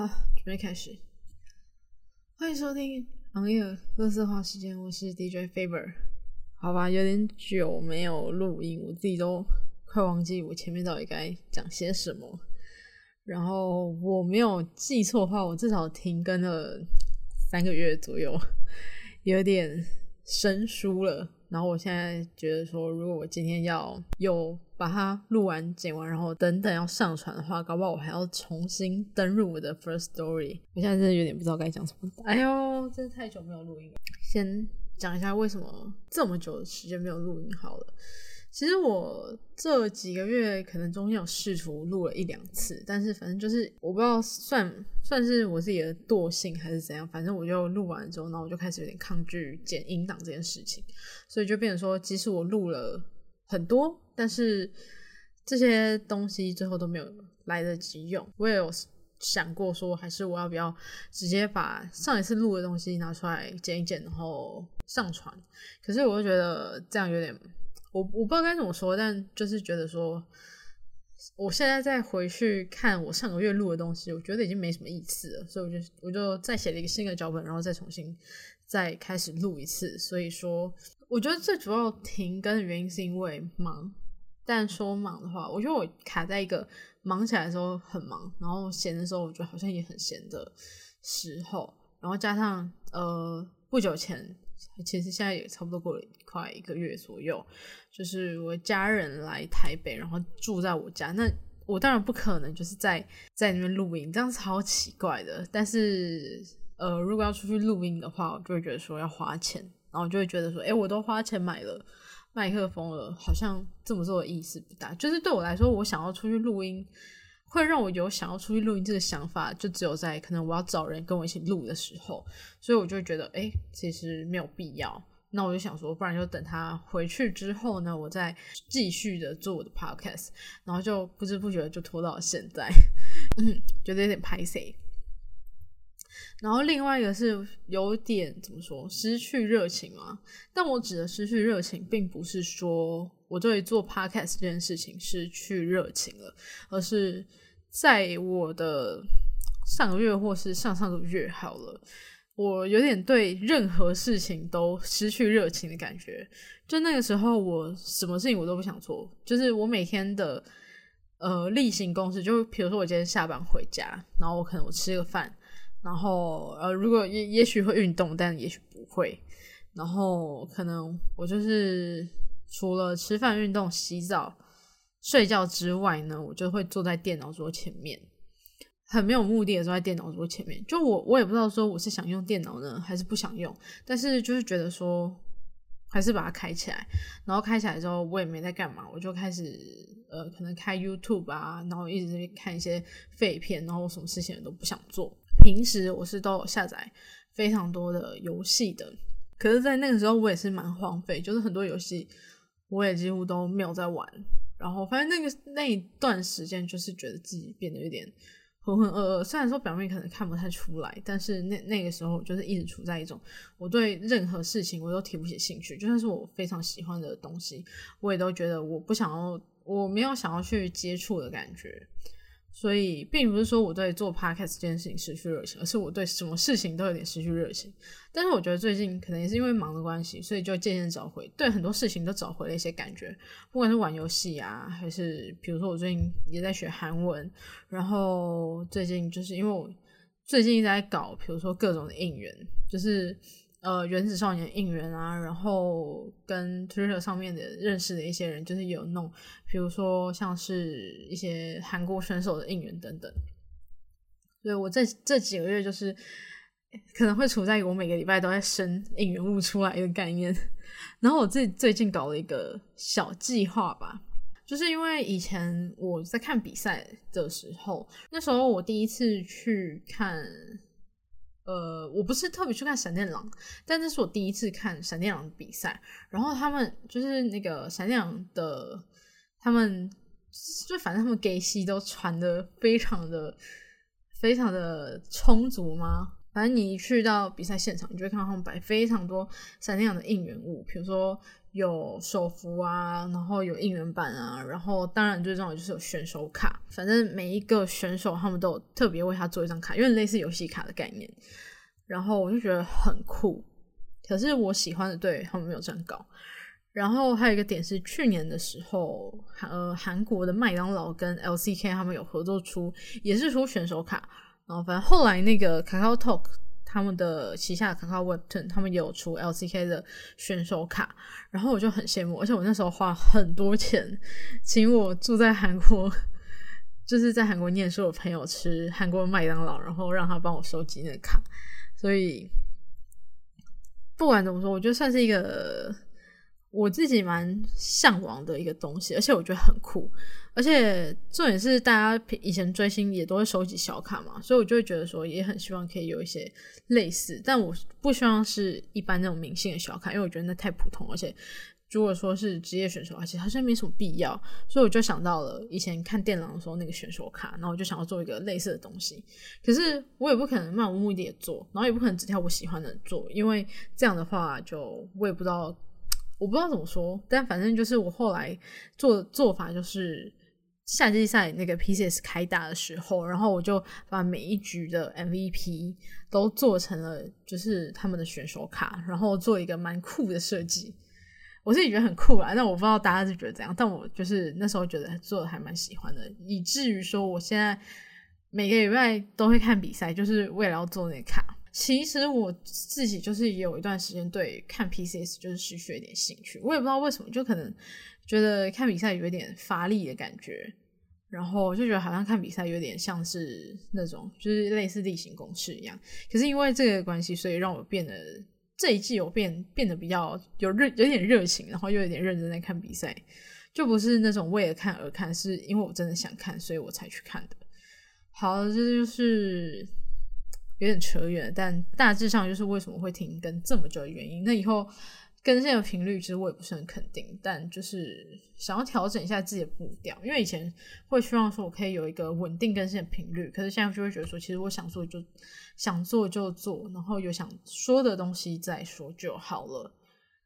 好，准备开始。欢迎收听行业垃圾话时间，我是 DJ Faber。好吧，有点久没有录音，我自己都快忘记我前面到底该讲些什么。然后我没有记错的话，我至少停更了3个月左右，有点生疏了。然后我现在觉得说，如果我今天要有把它录完剪完，然后等等要上传的话，搞不好我还要重新登入我的 First Story。我现在真的有点不知道该讲什么。哎呦，真的太久没有录音了。先讲一下为什么这么久的时间没有录音好了。其实我这几个月可能中间有试图录了1-2次，但是反正就是我不知道算是我自己的惰性还是怎样，反正我就录完之后，然后我就开始有点抗拒剪音档这件事情，所以就变成说即使我录了很多，但是这些东西最后都没有来得及用。我也有想过说还是我要不要直接把上一次录的东西拿出来剪一剪然后上传，可是我就觉得这样有点我不知道该怎么说，但就是觉得说我现在再回去看我上个月录的东西，我觉得已经没什么意思了，所以我就再写了一个新的脚本，然后再重新再开始录一次。所以说我觉得最主要停更的原因是因为忙，但说忙的话，我觉得我卡在一个忙起来的时候很忙，然后闲的时候我觉得好像也很闲的时候，然后加上不久前其实现在也差不多过了快1个月左右，就是我家人来台北，然后住在我家，那我当然不可能就是在那边录音，这样超奇怪的。但是如果要出去录音的话，我就会觉得说要花钱，然后就会觉得说我都花钱买了麦克风了，好像这么做的意思不大。就是对我来说，我想要出去录音，会让我有想要出去录音这个想法，就只有在可能我要找人跟我一起录的时候，所以我就会觉得其实没有必要。那我就想说，不然就等他回去之后呢，我再继续的做我的 podcast， 然后就不知不觉就拖到了现在觉得有点拍谁。然后另外一个是有点怎么说，失去热情嘛。但我指的失去热情并不是说我对做 podcast 这件事情失去热情了，而是在我的上个月或是上上个月好了，我有点对任何事情都失去热情的感觉。就那个时候我什么事情我都不想做，就是我每天的例行公事，就比如说我今天下班回家，然后我可能我吃个饭，然后如果也许会运动，但也许不会，然后可能我就是除了吃饭、运动、洗澡、睡觉之外呢，我就会坐在电脑桌前面，很没有目的的坐在电脑桌前面。就我也不知道说我是想用电脑呢还是不想用，但是就是觉得说还是把它开起来，然后开起来之后我也没在干嘛，我就开始可能开 YouTube 啊，然后一直看一些废片，然后我什么事情都不想做。平时我是都有下載非常多的游戏的，可是在那个时候我也是蛮荒废，就是很多游戏我也几乎都没有在玩，然后反正那一段时间就是觉得自己变得有点浑浑噩噩，虽然说表面可能看不太出来，但是那个时候就是一直处在一种我对任何事情我都提不起兴趣，就算是我非常喜欢的东西，我也都觉得我没有想要去接触的感觉。所以并不是说我对做 podcast 这件事情失去热情，而是我对什么事情都有点失去热情。但是我觉得最近可能也是因为忙的关系，所以就渐渐找回，对很多事情都找回了一些感觉，不管是玩游戏啊，还是比如说我最近也在学韩文，然后最近就是因为我最近一直在搞比如说各种的应援，就是原子少年应援啊，然后跟 Twitter 上面的认识的一些人就是有弄比如说像是一些韩国选手的应援等等。所以我这几个月就是可能会处在我每个礼拜都在生应援物出来的概念。然后我自己最近搞了一个小计划吧，就是因为以前我在看比赛的时候，那时候我第一次去看我不是特别去看闪电狼，但这是我第一次看闪电狼的比赛。然后他们就是那个闪电狼的，他们就反正他们给戏都传的非常的充足吗？ 反正你一去到比赛现场，你就会看到他们摆非常多闪电狼的应援物，比如说有手幅啊，然后有应援板啊，然后当然最重要的就是有选手卡。反正每一个选手他们都有特别为他做一张卡，有点类似游戏卡的概念。然后我就觉得很酷，可是我喜欢的队他们没有这样搞。然后还有一个点是，去年的时候，韩国的麦当劳跟 LCK 他们有合作也是出选手卡。然后反正后来那个 KakaoTalk 他们的旗下的 Kakao Webtoon 他们也有出 LCK 的选手卡，然后我就很羡慕，而且我那时候花很多钱请我住在韩国就是在韩国念书的朋友吃韩国的麦当劳，然后让他帮我收集那个卡。所以不管怎么说，我觉得算是一个我自己蛮向往的一个东西，而且我觉得很酷。而且重点是大家以前追星也都会收集小卡嘛，所以我就会觉得说也很希望可以有一些类似，但我不希望是一般那种明星的小卡，因为我觉得那太普通，而且如果说是职业选手其实好像没什么必要。所以我就想到了以前看电狼的时候那个选手卡，然后我就想要做一个类似的东西。可是我也不可能漫无目的的做，然后也不可能只挑我喜欢的做，因为这样的话就我也不知道怎么说。但反正就是我后来做法就是夏季赛那个 PCS 开打的时候，然后我就把每一局的 MVP 都做成了就是他们的选手卡，然后做一个蛮酷的设计。我自己觉得很酷啊，但我不知道大家是觉得怎样，但我就是那时候觉得做的还蛮喜欢的，以至于说我现在每个礼拜都会看比赛，就是为了要做那个卡。其实我自己就是也有一段时间对看 PCS 就是失去了一点兴趣，我也不知道为什么，就可能觉得看比赛有一点乏力的感觉，然后就觉得好像看比赛有点像是那种就是类似例行公事一样。可是因为这个关系，所以让我变得这一季我变得比较有点热情，然后又有点认真在看比赛，就不是那种为了看而看，是因为我真的想看所以我才去看的。好，这就是有点扯远，但大致上就是为什么会停更这么久的原因。那以后更新的频率其实我也不是很肯定，但就是想要调整一下自己的步调，因为以前会希望说我可以有一个稳定更新的频率，可是现在就会觉得说其实我想做就做，然后有想说的东西再说就好了。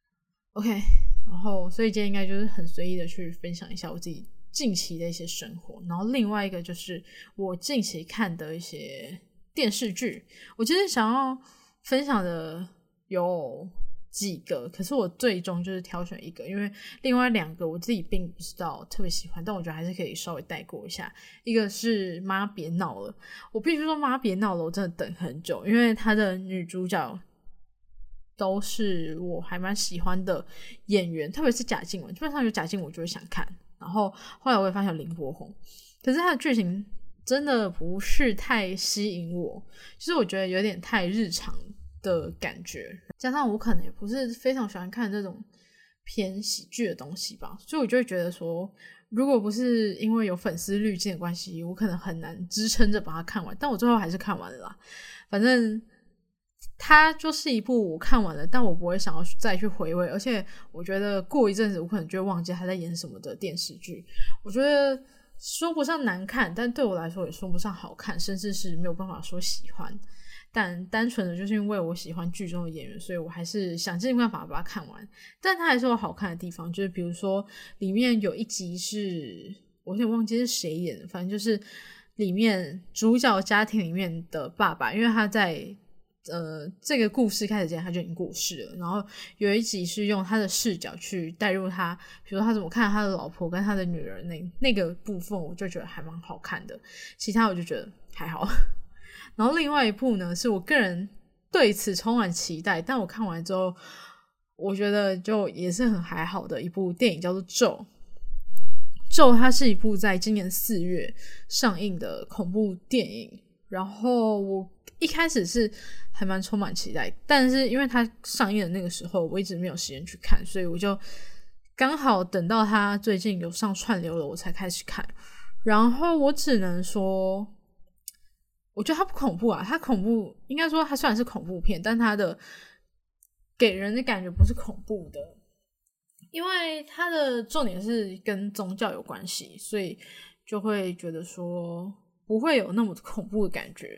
OK， 然后所以今天应该就是很随意的去分享一下我自己近期的一些生活，然后另外一个就是我近期看的一些电视剧。我其实想要分享的有几个，可是我最终就是挑选一个，因为另外两个我自己并不知道特别喜欢，但我觉得还是可以稍微带过一下。一个是妈别闹了，我必须说妈别闹了我真的等很久，因为她的女主角都是我还蛮喜欢的演员，特别是贾静雯，基本上有贾静雯我就会想看，然后后来我也发现有林柏宏，可是他的剧情真的不是太吸引我，就是我觉得有点太日常的感觉，加上我可能也不是非常喜欢看这种偏喜剧的东西吧，所以我就会觉得说如果不是因为有粉丝滤镜的关系，我可能很难支撑着把它看完，但我最后还是看完了啦。反正它就是一部我看完了但我不会想要再去回味，而且我觉得过一阵子我可能就会忘记他在演什么的电视剧。我觉得说不上难看，但对我来说也说不上好看，甚至是没有办法说喜欢，但单纯的就是因为我喜欢剧中的演员，所以我还是想尽办法把它看完。但它还是有好看的地方，就是比如说里面有一集是我有点忘记是谁演的，反正就是里面主角家庭里面的爸爸，因为他在这个故事开始前他就已经过世了，然后有一集是用他的视角去带入他，比如说他怎么看他的老婆跟他的女儿，那个部分我就觉得还蛮好看的，其他我就觉得还好。然后另外一部呢是我个人对此充满期待，但我看完之后我觉得就也是很还好的一部电影，叫做咒它是一部在今年4月上映的恐怖电影，然后我一开始是还蛮充满期待，但是因为它上映的那个时候我一直没有时间去看，所以我就刚好等到它最近有上串流了我才开始看。然后我只能说我觉得它不恐怖啊，它恐怖应该说它虽然是恐怖片，但它的给人的感觉不是恐怖的，因为它的重点是跟宗教有关系，所以就会觉得说不会有那么恐怖的感觉。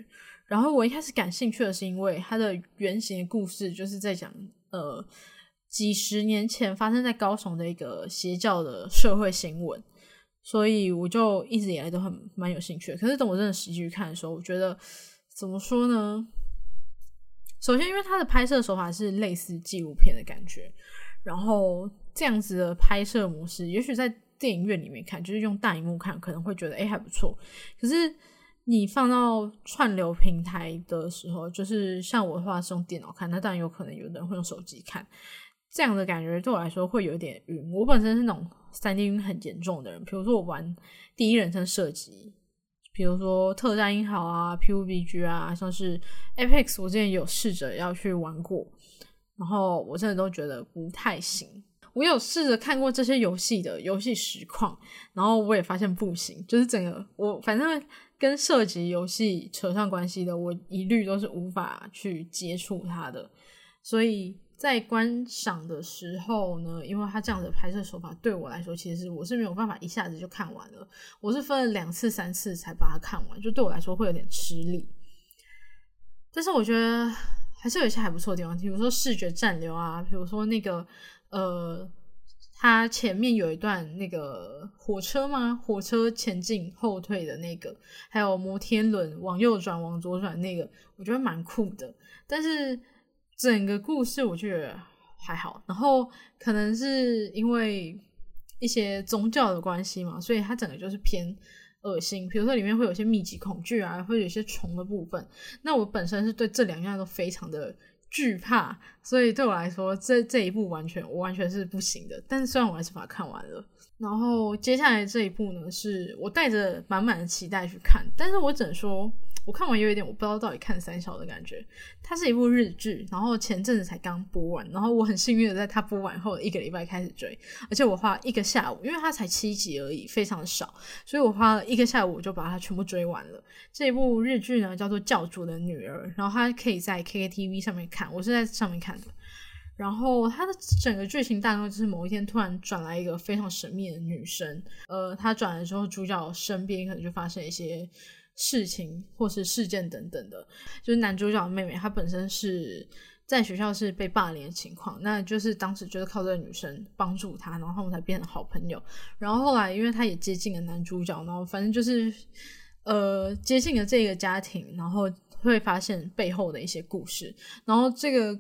然后我一开始感兴趣的是因为它的原型的故事就是在讲几十年前发生在高雄的一个邪教的社会新闻，所以我就一直以来都蛮有兴趣的。可是等我真的实际去看的时候，我觉得怎么说呢？首先因为它的拍摄手法是类似纪录片的感觉，然后这样子的拍摄模式也许在电影院里面看，就是用大荧幕看可能会觉得还不错，可是你放到串流平台的时候，就是像我的话是用电脑看，那当然有可能有的人会用手机看，这样的感觉对我来说会有点晕。我本身是那种 3D 晕很严重的人，比如说我玩第一人称射击，比如说特战英豪啊 PUBG 啊，像是 Apex 我之前有试着要去玩过，然后我真的都觉得不太行。我有试着看过这些游戏的游戏实况，然后我也发现不行，就是整个我反正跟射击游戏扯上关系的，我一律都是无法去接触它的。所以在观赏的时候呢，因为它这样的拍摄手法对我来说，其实我是没有办法一下子就看完了，我是分了2次3次才把它看完，就对我来说会有点吃力。但是我觉得还是有一些还不错的地方，比如说视觉暂留啊，比如说那个它前面有一段那个火车吗？火车前进后退的那个，还有摩天轮往右转往左转那个，我觉得蛮酷的。但是整个故事我觉得还好，然后可能是因为一些宗教的关系嘛，所以它整个就是偏恶心，比如说里面会有一些密集恐惧啊，会有一些虫的部分。那我本身是对这2样都非常的惧怕，所以对我来说这一部我完全是不行的。但是虽然我还是把它看完了，然后接下来这一部呢，是我带着满满的期待去看，但是我只能说我看完有一点我不知道到底看三小的感觉。它是一部日剧，然后前阵子才刚播完，然后我很幸运的在它播完后的1个礼拜开始追，而且我花了1个下午，因为它才7集而已，非常少，所以我花了1个下午就把它全部追完了。这一部日剧呢叫做《教主的女儿》，然后它可以在 KKTV 上面看，我是在上面看的。然后它的整个剧情大概就是某一天突然转来一个非常神秘的女生，她转来之后主角身边可能就发生一些事情或是事件等等的。就是男主角的妹妹她本身是在学校是被霸凌的情况，那就是当时就是靠这个女生帮助她，然后他们才变成好朋友。然后后来因为她也接近了男主角，然后反正就是接近了这个家庭，然后会发现背后的一些故事。然后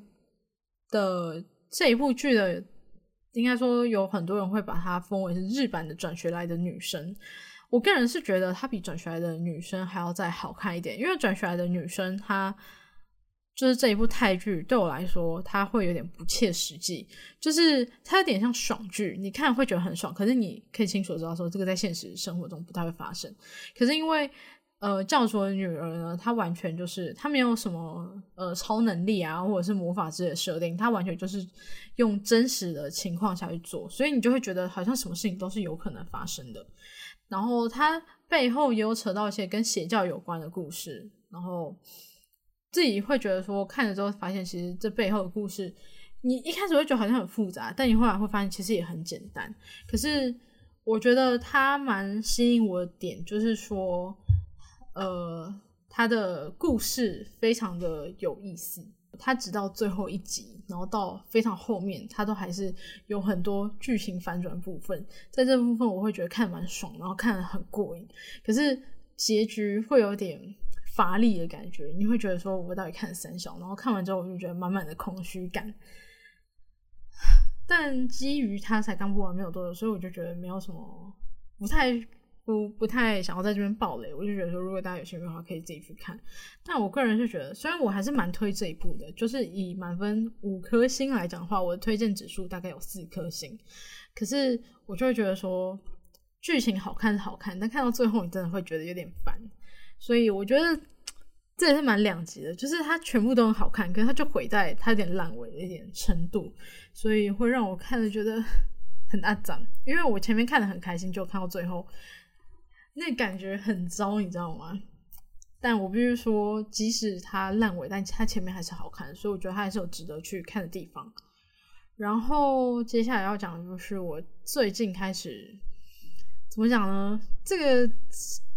这一部剧的应该说有很多人会把它封为是日版的转学来的女生，我个人是觉得它比转学来的女生还要再好看一点。因为转学来的女生她就是这一部泰剧对我来说它会有点不切实际，就是它有点像爽剧，你看会觉得很爽，可是你可以清楚地知道说这个在现实生活中不太会发生。可是因为教主的女儿呢，她完全就是她没有什么超能力啊或者是魔法之类的设定，她完全就是用真实的情况下去做，所以你就会觉得好像什么事情都是有可能发生的。然后它背后也有扯到一些跟邪教有关的故事，然后自己会觉得说看了之后发现其实这背后的故事你一开始会觉得好像很复杂，但你后来会发现其实也很简单。可是我觉得它蛮吸引我的点就是说它的故事非常的有意思，它直到最后1集，然后到非常后面它都还是有很多剧情反转部分，在这部分我会觉得看得蛮爽，然后看得很过瘾。可是结局会有点乏力的感觉，你会觉得说我到底看了三小，然后看完之后我就觉得满满的空虚感。但基于它才刚播完没有多久，所以我就觉得没有什么不太想要在这边爆雷，我就觉得说如果大家有兴趣的话可以自己去看。但我个人是觉得虽然我还是蛮推这一部的，就是以满分5颗星来讲的话，我的推荐指数大概有4颗星，可是我就会觉得说剧情好看是好看，但看到最后你真的会觉得有点烦。所以我觉得这也是蛮两极的，就是它全部都很好看，可是它就毁在它有点烂尾的一点程度，所以会让我看了觉得很阿脏。因为我前面看得很开心，就看到最后那感觉很糟，你知道吗？但我必须说即使它烂尾，但它前面还是好看，所以我觉得它还是有值得去看的地方。然后接下来要讲的就是我最近开始怎么讲呢，这个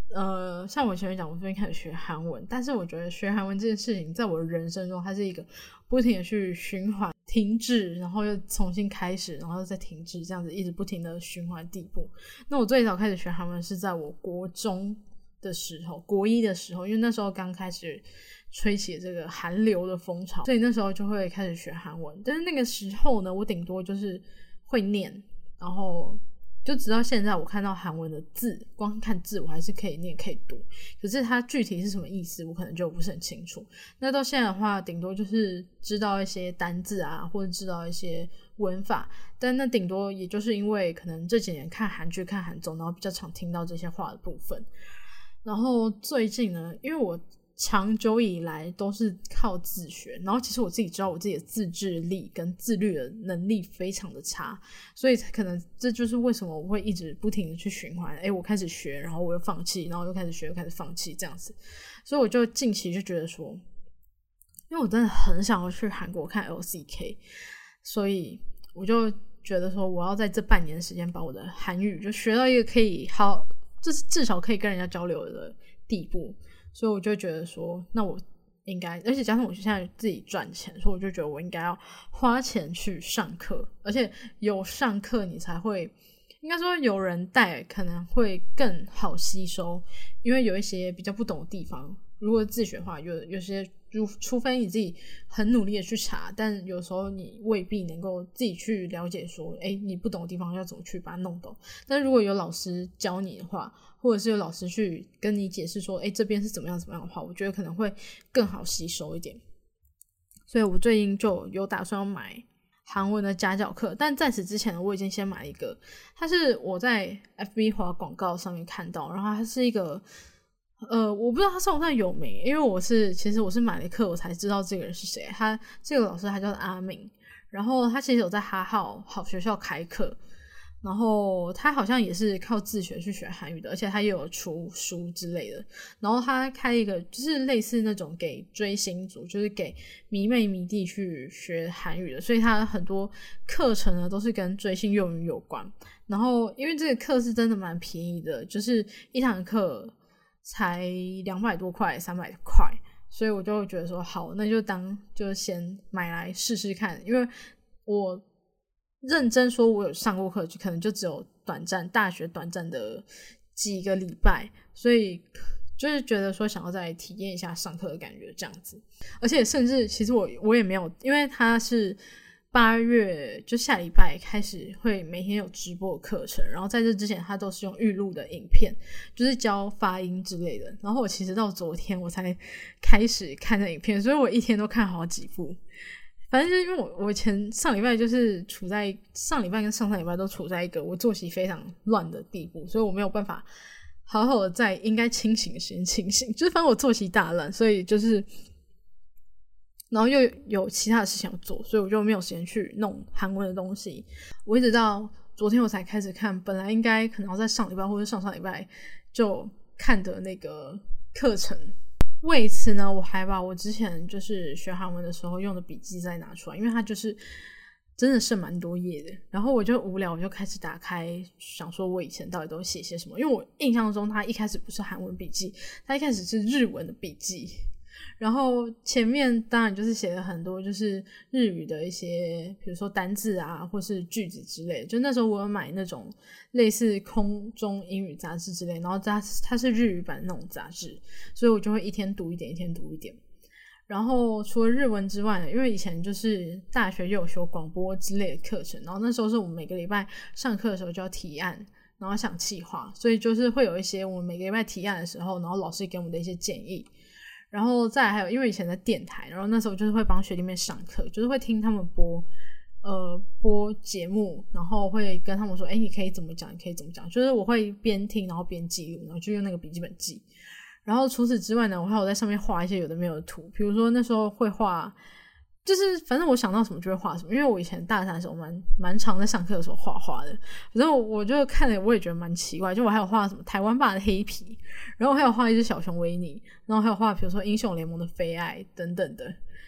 像我前面讲，我最近开始学韩文，但是我觉得学韩文这件事情，在我的人生中，它是一个不停的去循环、停滞，然后又重新开始，然后又再停滞，这样子一直不停的循环地步。那我最早开始学韩文是在我国中的时候，国一的时候，因为那时候刚开始吹起这个韩流的风潮，所以那时候就会开始学韩文。但是那个时候呢，我顶多就是会念，然后就直到现在我看到韩文的字，光看字我还是可以念可以读，可是它具体是什么意思我可能就不是很清楚。那到现在的话顶多就是知道一些单字啊，或者知道一些文法，但那顶多也就是因为可能这几年看韩剧看韩综，然后比较常听到这些话的部分。然后最近呢，因为我长久以来都是靠自学，然后其实我自己知道我自己的自制力跟自律的能力非常的差，所以可能这就是为什么我会一直不停的去循环，我开始学，然后我又放弃，然后又开始学又开始放弃这样子。所以我就近期就觉得说，因为我真的很想要去韩国看 LCK， 所以我就觉得说我要在这半年的时间把我的韩语就学到一个可以好，就是至少可以跟人家交流的地步。所以我就觉得说，那我应该，而且加上我现在自己赚钱，所以我就觉得我应该要花钱去上课，而且有上课你才会，应该说有人带可能会更好吸收，因为有一些比较不懂的地方，如果自学的话，有些除非你自己很努力的去查，但有时候你未必能够自己去了解说你不懂的地方要怎么去把它弄懂。但如果有老师教你的话，或者是有老师去跟你解释说这边是怎么样怎么样的话，我觉得可能会更好吸收一点。所以我最近就有打算要买韩文的家教课，但在此之前呢，我已经先买了一个，它是我在 FB 滑广告上面看到，然后它是一个我不知道他算不算有名，因为其实我是买了课我才知道这个人是谁。他这个老师他叫阿明，然后他其实有在哈好学校开课，然后他好像也是靠自学去学韩语的，而且他也有出书之类的。然后他开一个就是类似那种给追星族，就是给迷妹迷弟去学韩语的，所以他很多课程呢都是跟追星用语有关。然后因为这个课是真的蛮便宜的，就是一堂课才200多块300块，所以我就觉得说好，那就先买来试试看。因为我认真说我有上过课，就可能就只有大学短暂的几个礼拜，所以就是觉得说想要再体验一下上课的感觉这样子。而且甚至其实我也没有，因为他是8月就下礼拜开始会每天有直播的课程，然后在这之前他都是用预录的影片，就是教发音之类的。然后我其实到昨天我才开始看的影片，所以我一天都看好几部。反正就是因为我上礼拜就是上礼拜跟上礼拜都处在一个我作息非常乱的地步，所以我没有办法好好的在应该清醒的时间清醒，就是反正我作息大乱，所以就是然后又有其他的事情要做，所以我就没有时间去弄韩文的东西。我一直到昨天我才开始看，本来应该可能要在上礼拜或者上礼拜就看的那个课程。为此呢，我还把我之前就是学韩文的时候用的笔记再拿出来，因为它就是真的是蛮多页的。然后我就无聊，我就开始打开想说我以前到底都写些什么，因为我印象中它一开始不是韩文笔记，它一开始是日文的笔记。然后前面当然就是写了很多就是日语的一些比如说单字啊或是句子之类的，就那时候我有买那种类似空中英语杂志之类，然后它是日语版那种杂志，所以我就会一天读一点一天读一点。然后除了日文之外呢，因为以前就是大学又有修广播之类的课程，然后那时候是我们每个礼拜上课的时候就要提案，然后想企划，所以就是会有一些我们每个礼拜提案的时候，然后老师给我们的一些建议。然后再来还有因为以前在电台，然后那时候就是会帮学弟妹上课，就是会听他们播节目，然后会跟他们说你可以怎么讲你可以怎么讲，就是我会边听然后边记录，然后就用那个笔记本记。然后除此之外呢，我还有在上面画一些有的没有的图，比如说那时候会画，就是反正我想到什么就会画什么，因为我以前大三的时候蛮常在上课的时候画画的，反正我就看了我也觉得蛮奇怪，就我还有画什么台湾爸的黑皮，然后还有画一只小熊维尼，然后还有画比如说英雄联盟的菲爱等等的，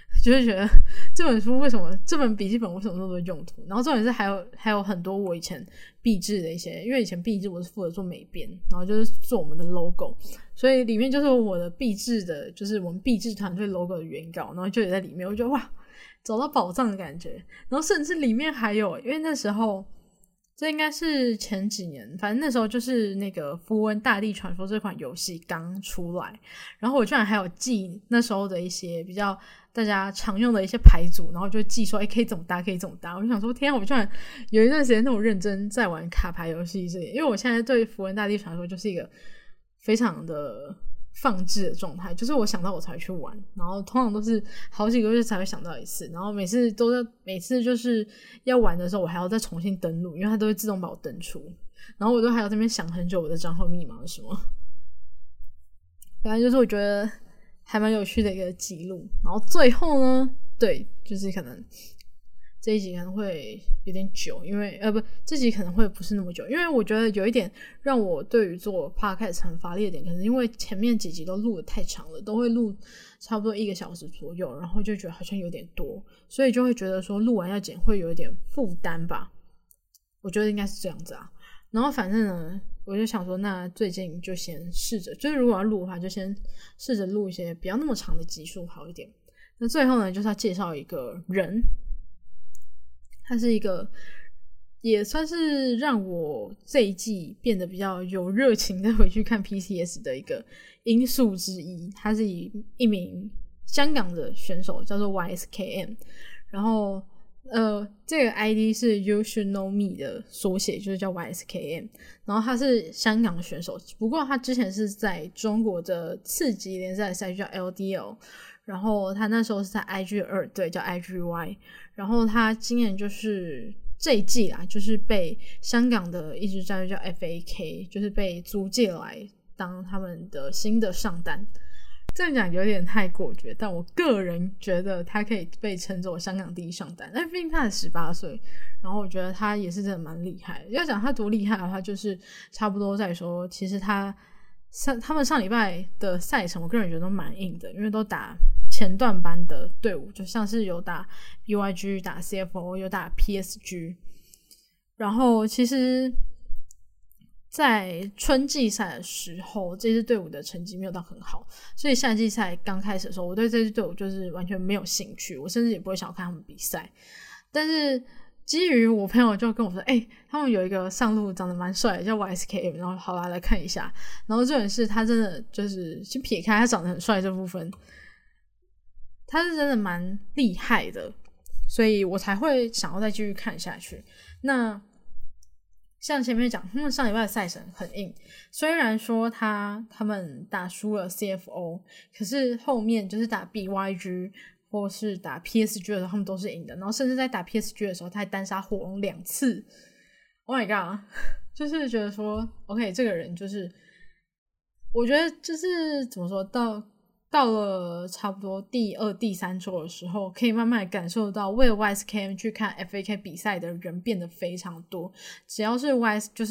就会觉得这本书为什么这本笔记本为什么那么多用途，然后重点是还有很多我以前毕制的一些，因为以前毕制我是负责做美编，然后就是做我们的 logo， 所以里面就是我的毕制的，就是我们毕制团队 logo 的原稿，然后就也在里面，我觉得哇找到宝藏的感觉。然后甚至里面还有，因为那时候这应该是前几年，反正那时候就是那个符文大地传说这款游戏刚出来，然后我居然还有记那时候的一些比较大家常用的一些牌组，然后就记说可以怎么搭可以怎么搭。我就想说天啊，我居然有一段时间那么认真在玩卡牌游戏，因为我现在对符文大地传说就是一个非常的放置的状态，就是我想到我才会去玩，然后通常都是好几个月才会想到一次，然后每次就是要玩的时候我还要再重新登录，因为它都会自动把我登出，然后我都还要在那边想很久我的账号密码是什么。反正就是我觉得还蛮有趣的一个记录。然后最后呢，对，就是可能这一集可能会有点久，因为这集可能会不是那么久，因为我觉得有一点让我对于做 podcast 很乏力的点，可能因为前面几集都录得太长了，都会录差不多1个小时左右，然后就觉得好像有点多，所以就会觉得说录完要剪会有一点负担吧，我觉得应该是这样子啊。然后反正呢我就想说那最近就先试着，就是如果要录的话就先试着录一些不要那么长的集数好一点。那最后呢就是要介绍一个人，他是一个也算是让我这一季变得比较有热情的回去看 PCS 的一个因素之一。他是一名香港的选手叫做 YSKM， 然后这个 ID 是 You Should Know Me 的缩写，就是叫 YSKM， 然后他是香港的选手，不过他之前是在中国的次级联赛赛区叫 LDL， 然后他那时候是在 IG2 队叫 IGY， 然后他今年就是这一季啦，就是被香港的一支战队叫 FAK， 就是被租借来当他们的新的上单。这样讲有点太过绝，但我个人觉得他可以被称作香港第一上单，但毕竟他才18岁，然后我觉得他也是真的蛮厉害的。要讲他多厉害的话，就是差不多在说，其实他们上礼拜的赛程，我个人觉得都蛮硬的，因为都打前段班的队伍，就像是有打 BYG 打 CFO 有打 PSG， 然后其实在春季赛的时候这支队伍的成绩没有到很好，所以夏季赛刚开始的时候我对这支队伍就是完全没有兴趣，我甚至也不会想要看他们比赛。但是基于我朋友就跟我说他们有一个上路长得蛮帅的叫 YSKM， 然后好啦来看一下，然后这人是他真的就是先撇开他长得很帅这部分，他是真的蛮厉害的，所以我才会想要再继续看下去。那像前面讲他们上礼拜的赛程很硬，虽然说他们打输了 CFO， 可是后面就是打 BYG 或是打 PSG 的时候他们都是赢的，然后甚至在打 PSG 的时候他还单杀火龙2次。 Oh my god， 就是觉得说 OK 这个人就是我觉得就是怎么说，到了差不多第2、第3周的时候，可以慢慢感受到为了 YSKM 去看 FAK 比赛的人变得非常多。只要是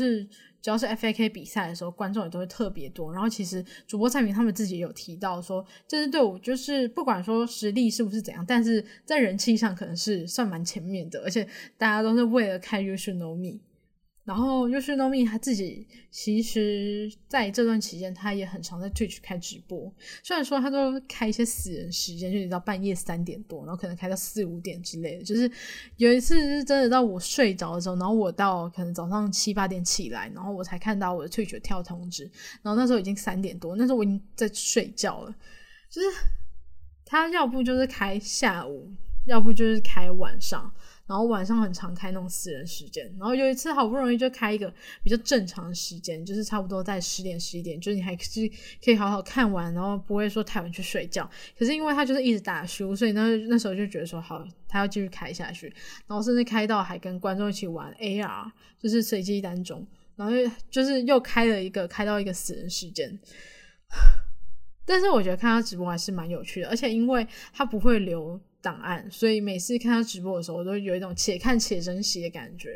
FAK 比赛的时候，观众也都会特别多。然后其实主播蔡明他们自己也有提到说，这支队伍就是不管说实力是不是怎样，但是在人气上可能是算蛮前面的，而且大家都是为了看 You Should Know Me。然后 You Should Know Me 他自己其实在这段期间他也很常在 Twitch 开直播，虽然说他都开一些死人时间，就到半夜3点多，然后可能开到4、5点之类的。就是有一次是真的到我睡着的时候，然后我到可能早上7、8点起来，然后我才看到我的 Twitch 有跳通知，然后那时候已经3点多，那时候我已经在睡觉了。就是他要不就是开下午，要不就是开晚上，然后晚上很常开那种死人时间，然后有一次好不容易就开一个比较正常的时间，就是差不多在10点11点，就是你还是可以好好看完，然后不会说太晚去睡觉。可是因为他就是一直打输，所以那时候就觉得说好，他要继续开下去，然后甚至开到还跟观众一起玩 AR， 就是随机单中，然后就是又开到一个死人时间。但是我觉得看他直播还是蛮有趣的，而且因为他不会留档案，所以每次看他直播的时候我都有一种且看且珍惜的感觉。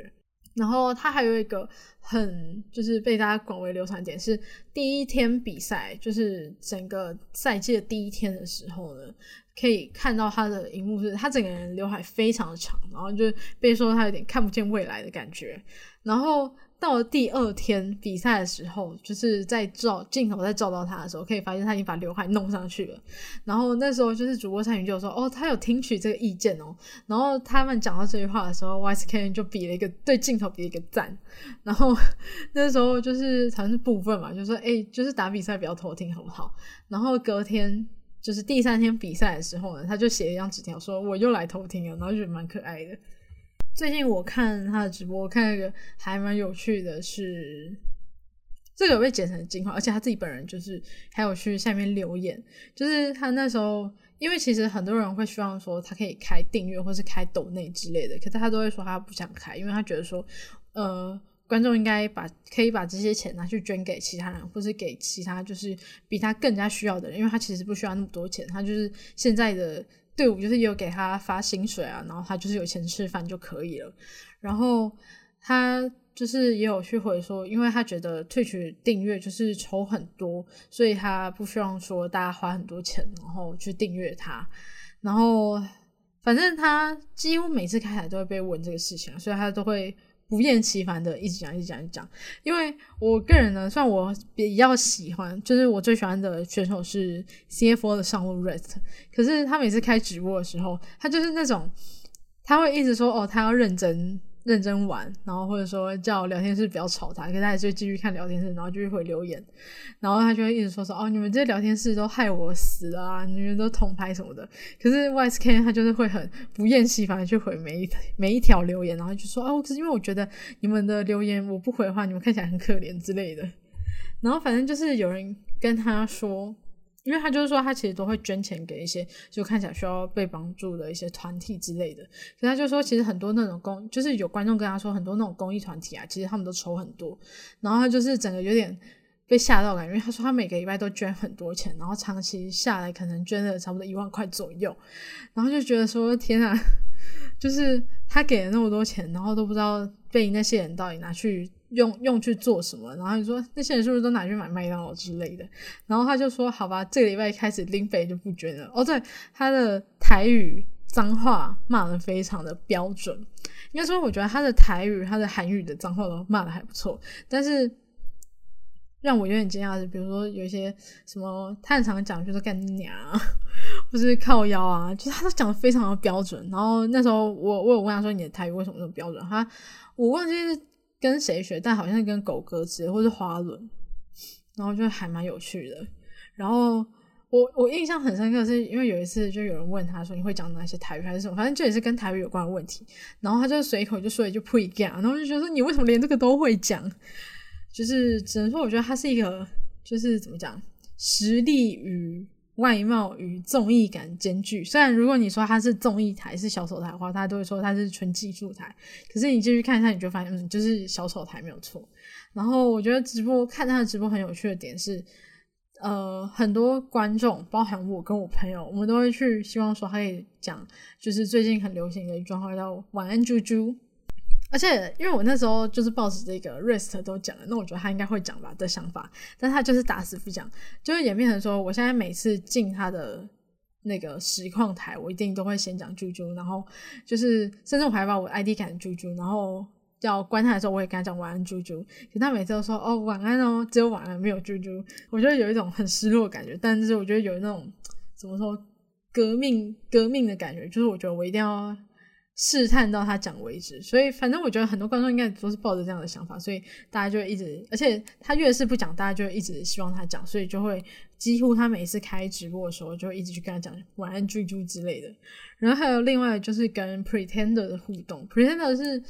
然后他还有一个很就是被大家广为流传点是第一天比赛，就是整个赛季的第一天的时候呢，可以看到他的荧幕是他整个人刘海非常的长，然后就被说他有点看不见未来的感觉。然后到了第二天比赛的时候，就是在镜头在照到他的时候，可以发现他已经把刘海弄上去了。然后那时候就是主播参与就说他有听取这个意见哦。然后他们讲到这句话的时候 YSKN 就比了一个对镜头比了一个赞。然后那时候就是好像是部分嘛，就说就是打比赛不要偷听好不好。然后隔天就是第3天比赛的时候呢，他就写了一张纸条说我又来偷听了，然后就觉得蛮可爱的。最近我看他的直播，我看那个还蛮有趣的是，这个有被剪成精华，而且他自己本人就是还有去下面留言，就是他那时候，因为其实很多人会希望说他可以开订阅或是开抖内之类的，可是他都会说他不想开，因为他觉得说观众应该可以把这些钱拿去捐给其他人，或是给其他就是比他更加需要的人，因为他其实不需要那么多钱，他就是现在的队伍就是也有给他发薪水啊，然后他就是有钱吃饭就可以了。然后他就是也有去回说，因为他觉得Twitch订阅就是抽很多，所以他不希望说大家花很多钱然后去订阅他。然后反正他几乎每次开台都会被问这个事情，所以他都会不厌其烦的一直讲。因为我个人呢，虽然我比较喜欢，就是我最喜欢的选手是 CFO 的上路 Rest， 可是他每次开直播的时候，他就是那种他会一直说他要认真玩，然后或者说叫聊天室不要吵他，可是他还是会继续看聊天室，然后继续回留言，然后他就会一直说你们这些聊天室都害我死啊，你们都同拍什么的。可是 YSKN 他就是会很不厌其烦的去回每一条留言，然后就说可是因为我觉得你们的留言我不回的话，你们看起来很可怜之类的。然后反正就是有人跟他说，因为他就是说他其实都会捐钱给一些就看起来需要被帮助的一些团体之类的，可是他就说其实很多那种就是有观众跟他说很多那种公益团体啊，其实他们都抽很多。然后他就是整个有点被吓到感觉，因为他说他每个礼拜都捐很多钱，然后长期下来可能捐了差不多1万块左右，然后就觉得说天啊，就是他给了那么多钱，然后都不知道被那些人到底拿去用去做什么，然后就说那些人是不是都拿去买麦当劳之类的。然后他就说好吧，这个礼拜开始林北就不捐了。对，他的台语脏话骂得非常的标准，应该说我觉得他的台语他的韩语的脏话都骂得还不错，但是让我有点惊讶的是，比如说有一些什么他很常讲就是干你娘啊，或是靠腰啊，就是他都讲得非常的标准。然后那时候我有问他说你的台语为什么那么标准，我忘记是跟谁学，但好像是跟狗哥之类或是花轮，然后就还蛮有趣的。然后我印象很深刻是因为有一次就有人问他说你会讲哪些台语还是什么，反正就也是跟台语有关的问题，然后他就随口就说一句呸干，然后就觉得说你为什么连这个都会讲，就是只能说我觉得他是一个就是怎么讲，实力与外貌与综艺感兼具。虽然如果你说他是综艺台是小丑台的话，他都会说他是纯技术台，可是你继续看一下你就发现就是小丑台没有错。然后我觉得看他的直播很有趣的点是很多观众包含我跟我朋友，我们都会去希望说他可以讲就是最近很流行的一句话叫晚安猪猪。而且因为我那时候就是抱着这个 Rest 都讲了，那我觉得他应该会讲吧的想法，但他就是打死不讲，就会演变成说我现在每次进他的那个实况台我一定都会先讲猪猪，然后就是甚至我还把我 ID 改成猪猪，然后要关他的时候我也跟他讲晚安猪猪，可他每次都说晚安哦，只有晚安没有猪猪，我觉得有一种很失落的感觉。但是我觉得有那种怎么说革命的感觉，就是我觉得我一定要试探到他讲为止，所以反正我觉得很多观众应该都是抱着这样的想法，所以大家就会一直，而且他越是不讲大家就会一直希望他讲，所以就会几乎他每次开直播的时候就会一直去跟他讲晚安猪猪之类的。然后还有另外就是跟 Pretender 的互动， Pretender 是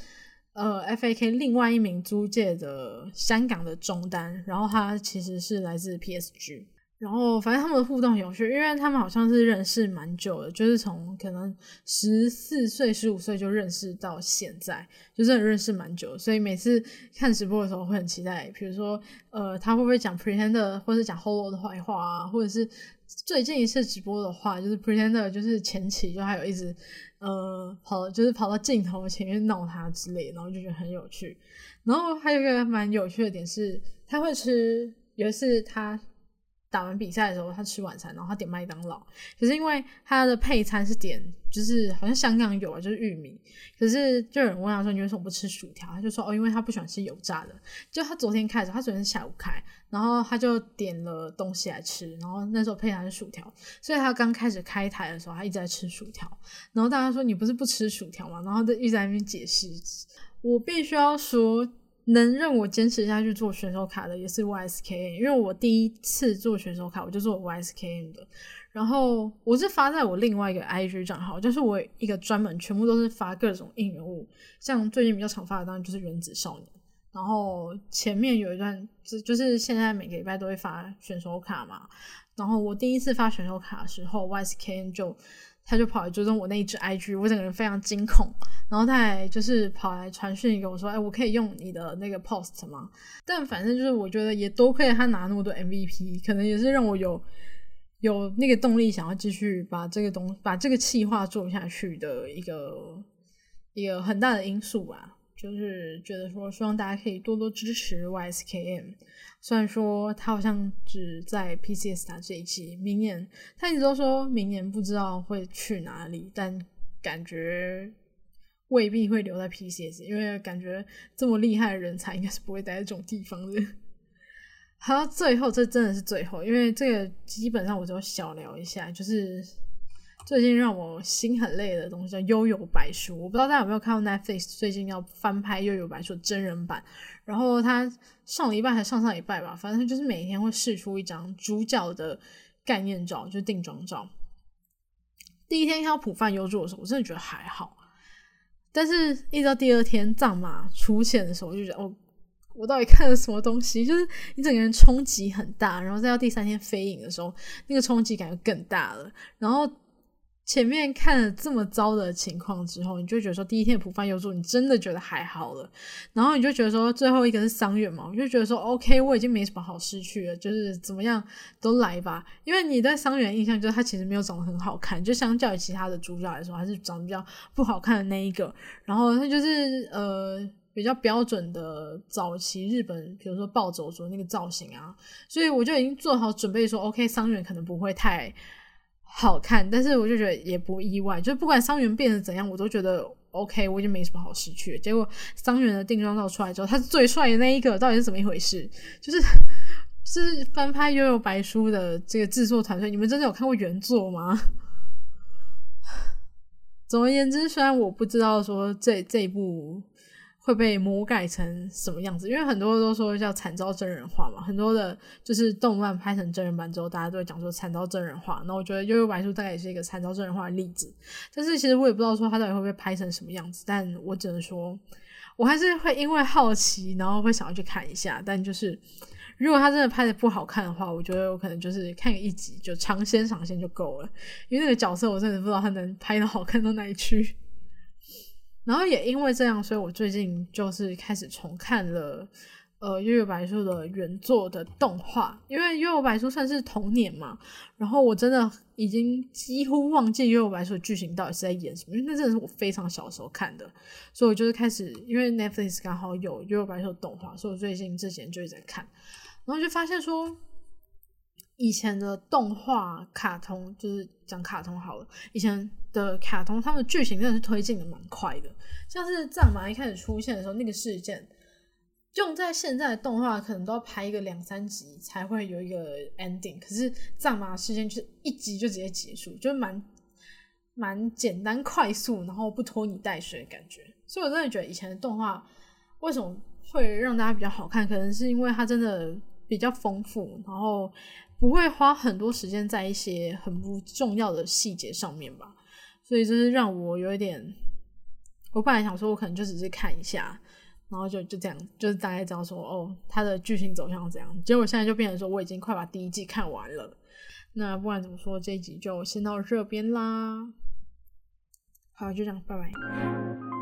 FAK 另外一名租借的香港的中单，然后他其实是来自 PSG，然后反正他们的互动有趣，因为他们好像是认识蛮久的，就是从可能14岁15岁就认识到现在，就真的认识蛮久的，所以每次看直播的时候会很期待，比如说他会不会讲 Pretender 或是讲 Holo 的坏话啊，或者是最近一次直播的话就是 Pretender 就是前期就还有一直跑到镜头前面闹他之类的，然后就觉得很有趣。然后还有一个蛮有趣的点是，他会吃，有一次他打完比赛的时候他吃晚餐，然后他点麦当劳，可是因为他的配餐是点就是好像香港有就是玉米，可是就有人问他说你为什么不吃薯条，他就说因为他不喜欢吃油炸的。就他昨天开的时候，他昨天下午开，然后他就点了东西来吃，然后那时候配餐是薯条，所以他刚开始开台的时候他一直在吃薯条，然后大家说你不是不吃薯条吗？然后就一直在那边解释。我必须要说能让我坚持下去做选手卡的也是 YSKM， 因为我第一次做选手卡我就做 YSKM 的，然后我是发在我另外一个 IG 账号，就是我一个专门全部都是发各种应援物，像最近比较常发的当然就是原子少年，然后前面有一段就是现在每个礼拜都会发选手卡嘛，然后我第一次发选手卡的时候 YSKM 他就跑来追踪我那一支 IG， 我整个人非常惊恐，然后他还就是跑来传讯给我说我可以用你的那个 post 吗？但反正就是我觉得也多亏他拿那么多 MVP， 可能也是让我有那个动力想要继续把这个企划做下去的一个很大的因素吧。就是觉得说希望大家可以多多支持 YSKM， 虽然说他好像只在 PCS 打这一期，明年他一直都说明年不知道会去哪里，但感觉未必会留在 PCS， 因为感觉这么厉害的人才应该是不会待在这种地方的。好，最后这真的是最后，因为这个基本上我只有小聊一下，就是最近让我心很累的东西叫幽游白书，我不知道大家有没有看到 Netflix 最近要翻拍幽游白书真人版，然后他上礼拜还上礼拜吧，反正就是每天会释出一张主角的概念照，就是定妆照。第一天看到普饭优助的时候我真的觉得还好，但是一直到第二天藏马出现的时候我就觉得我到底看了什么东西，就是你整个人冲击很大，然后再到第三天飞影的时候那个冲击感就更大了，然后前面看了这么糟的情况之后，你就会觉得说第一天的普饭优助你真的觉得还好了，然后你就觉得说最后一个是桑原嘛，我就觉得说 OK 我已经没什么好失去了，就是怎么样都来吧，因为你对桑原的印象就是他其实没有长得很好看，就相较于其他的主角来说还是长得比较不好看的那一个，然后他就是比较标准的早期日本比如说暴走族那个造型啊，所以我就已经做好准备说 OK 桑原可能不会太好看，但是我就觉得也不意外，就不管桑原变得怎样我都觉得 OK 我已经没什么好失去了。结果桑原的定妆照出来之后他是最帅的那一个，到底是怎么一回事？就是翻拍幽游白书的这个制作团队，你们真的有看过原作吗？总而言之，虽然我不知道说这一部会被魔改成什么样子，因为很多都说叫惨遭真人化嘛，很多的就是动漫拍成真人版之后大家都会讲说惨遭真人化，那我觉得幽游白书大概也是一个惨遭真人化的例子，但是其实我也不知道说它到底会不会拍成什么样子，但我只能说我还是会因为好奇然后会想要去看一下，但就是如果他真的拍的不好看的话，我觉得我可能就是看个一集就尝鲜就够了，因为那个角色我真的不知道他能拍的好看到哪里去。然后也因为这样，所以我最近就是开始重看了幽游白书的原作的动画，因为幽游白书算是童年嘛，然后我真的已经几乎忘记幽游白书的剧情到底是在演什么，因为那真的是我非常小的时候看的，所以我就是开始因为 Netflix 刚好有幽游白书的动画，所以我最近之前就一直在看，然后就发现说以前的动画卡通，就是讲卡通好了，以前的卡通他们的剧情真的是推进的蛮快的，像是藏马一开始出现的时候那个事件用在现在的动画可能都要拍一个2-3集才会有一个 ending， 可是藏马事件就是一集就直接结束，就蛮简单快速，然后不拖泥带水的感觉，所以我真的觉得以前的动画为什么会让大家比较好看，可能是因为它真的比较丰富，然后不会花很多时间在一些很不重要的细节上面吧，所以就是让我有一点，我本来想说我可能就只是看一下，然后就这样，就是大概知道说它的剧情走向怎样，结果现在就变成说我已经快把第一季看完了，那不管怎么说这一集就先到这边啦，好，就这样，拜拜。